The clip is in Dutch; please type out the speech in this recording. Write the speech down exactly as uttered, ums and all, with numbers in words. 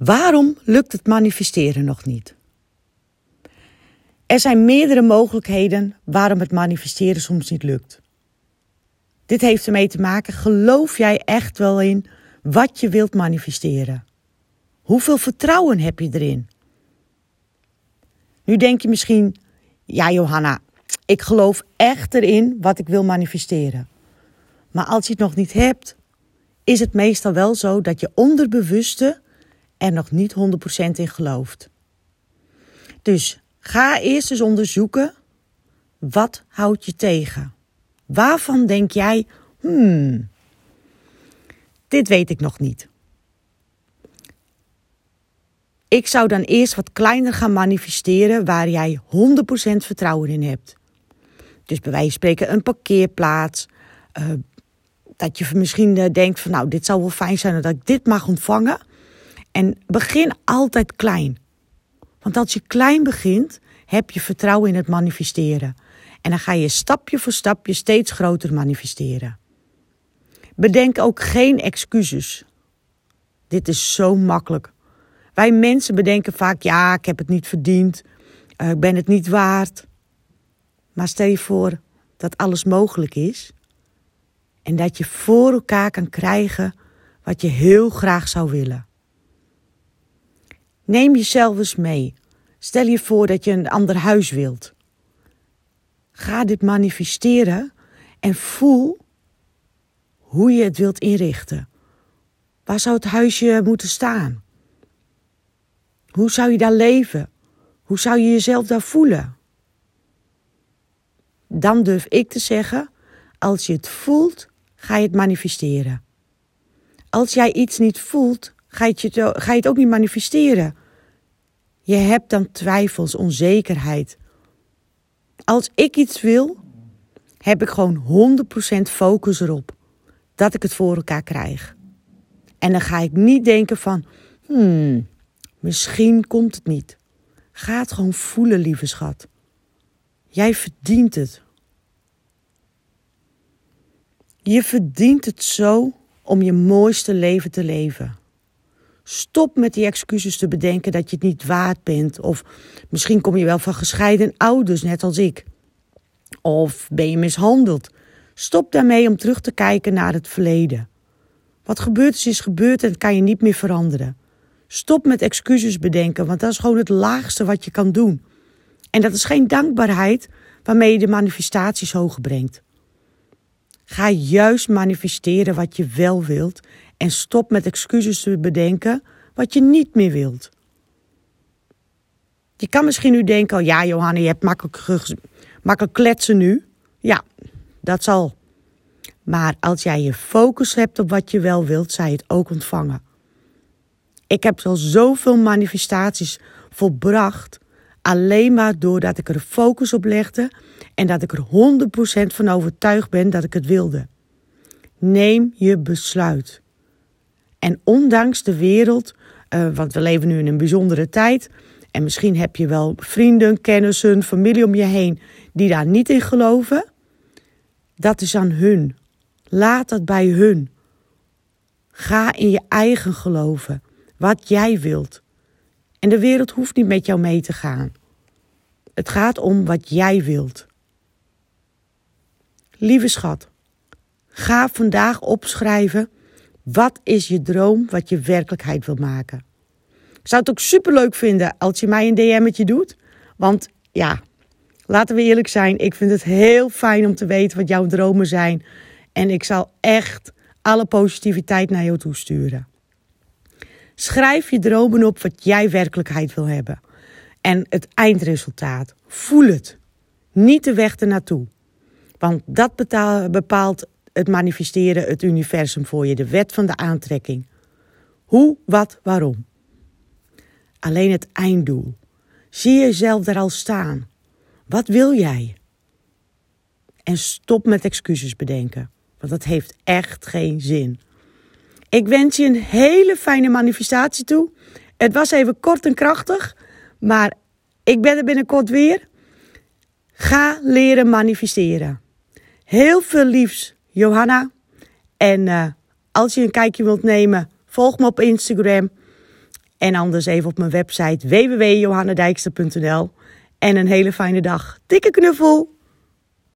Waarom lukt het manifesteren nog niet? Er zijn meerdere mogelijkheden waarom het manifesteren soms niet lukt. Dit heeft ermee te maken, geloof jij echt wel in wat je wilt manifesteren? Hoeveel vertrouwen heb je erin? Nu denk je misschien, ja Johanna, ik geloof echt erin wat ik wil manifesteren. Maar als je het nog niet hebt, is het meestal wel zo dat je onderbewuste er nog niet honderd procent in gelooft. Dus ga eerst eens onderzoeken, wat houdt je tegen? Waarvan denk jij, hmm, dit weet ik nog niet. Ik zou dan eerst wat kleiner gaan manifesteren waar jij honderd procent vertrouwen in hebt. Dus bij wijze van spreken een parkeerplaats. Uh, dat je misschien uh, denkt van nou, dit zou wel fijn zijn dat ik dit mag ontvangen. En begin altijd klein. Want als je klein begint, heb je vertrouwen in het manifesteren. En dan ga je stapje voor stapje steeds groter manifesteren. Bedenk ook geen excuses. Dit is zo makkelijk. Wij mensen bedenken vaak, ja, ik heb het niet verdiend. Uh, ik ben het niet waard. Maar stel je voor dat alles mogelijk is. En dat je voor elkaar kan krijgen wat je heel graag zou willen. Neem jezelf eens mee. Stel je voor dat je een ander huis wilt. Ga dit manifesteren en voel hoe je het wilt inrichten. Waar zou het huisje moeten staan? Hoe zou je daar leven? Hoe zou je jezelf daar voelen? Dan durf ik te zeggen, als je het voelt, ga je het manifesteren. Als jij iets niet voelt, ga je het, ga je het ook niet manifesteren. Je hebt dan twijfels, onzekerheid. Als ik iets wil, heb ik gewoon honderd procent focus erop dat ik het voor elkaar krijg. En dan ga ik niet denken van, hmm, misschien komt het niet. Ga het gewoon voelen, lieve schat. Jij verdient het. Je verdient het zo om je mooiste leven te leven. Stop met die excuses te bedenken dat je het niet waard bent. Of misschien kom je wel van gescheiden ouders, net als ik. Of ben je mishandeld. Stop daarmee om terug te kijken naar het verleden. Wat gebeurd is, is gebeurd en dat kan je niet meer veranderen. Stop met excuses bedenken, want dat is gewoon het laagste wat je kan doen. En dat is geen dankbaarheid waarmee je de manifestaties hoger brengt. Ga juist manifesteren wat je wel wilt en stop met excuses te bedenken wat je niet meer wilt. Je kan misschien nu denken, oh ja Johanna, je hebt makkelijk, makkelijk kletsen nu. Ja, dat zal. Maar als jij je focus hebt op wat je wel wilt, zal je het ook ontvangen. Ik heb al zoveel manifestaties volbracht, alleen maar doordat ik er focus op legde en dat ik er honderd procent van overtuigd ben dat ik het wilde. Neem je besluit. En ondanks de wereld, uh, want we leven nu in een bijzondere tijd, en misschien heb je wel vrienden, kennissen, familie om je heen die daar niet in geloven, dat is aan hun. Laat dat bij hun. Ga in je eigen geloven, wat jij wilt. En de wereld hoeft niet met jou mee te gaan. Het gaat om wat jij wilt. Lieve schat, ga vandaag opschrijven, wat is je droom wat je werkelijkheid wil maken. Ik zou het ook superleuk vinden als je mij een D M'tje doet. Want ja, laten we eerlijk zijn, ik vind het heel fijn om te weten wat jouw dromen zijn. En ik zal echt alle positiviteit naar jou toesturen. Schrijf je dromen op wat jij werkelijkheid wil hebben. En het eindresultaat. Voel het. Niet de weg ernaartoe. Want dat bepaalt het manifesteren, het universum voor je. De wet van de aantrekking. Hoe, wat, waarom. Alleen het einddoel. Zie jezelf daar al staan. Wat wil jij? En stop met excuses bedenken. Want dat heeft echt geen zin. Ik wens je een hele fijne manifestatie toe. Het was even kort en krachtig. Maar ik ben er binnenkort weer. Ga leren manifesteren. Heel veel liefs, Johanna. En uh, als je een kijkje wilt nemen, volg me op Instagram. En anders even op mijn website w w w punt johanna dijkster punt n l. En een hele fijne dag. Dikke knuffel!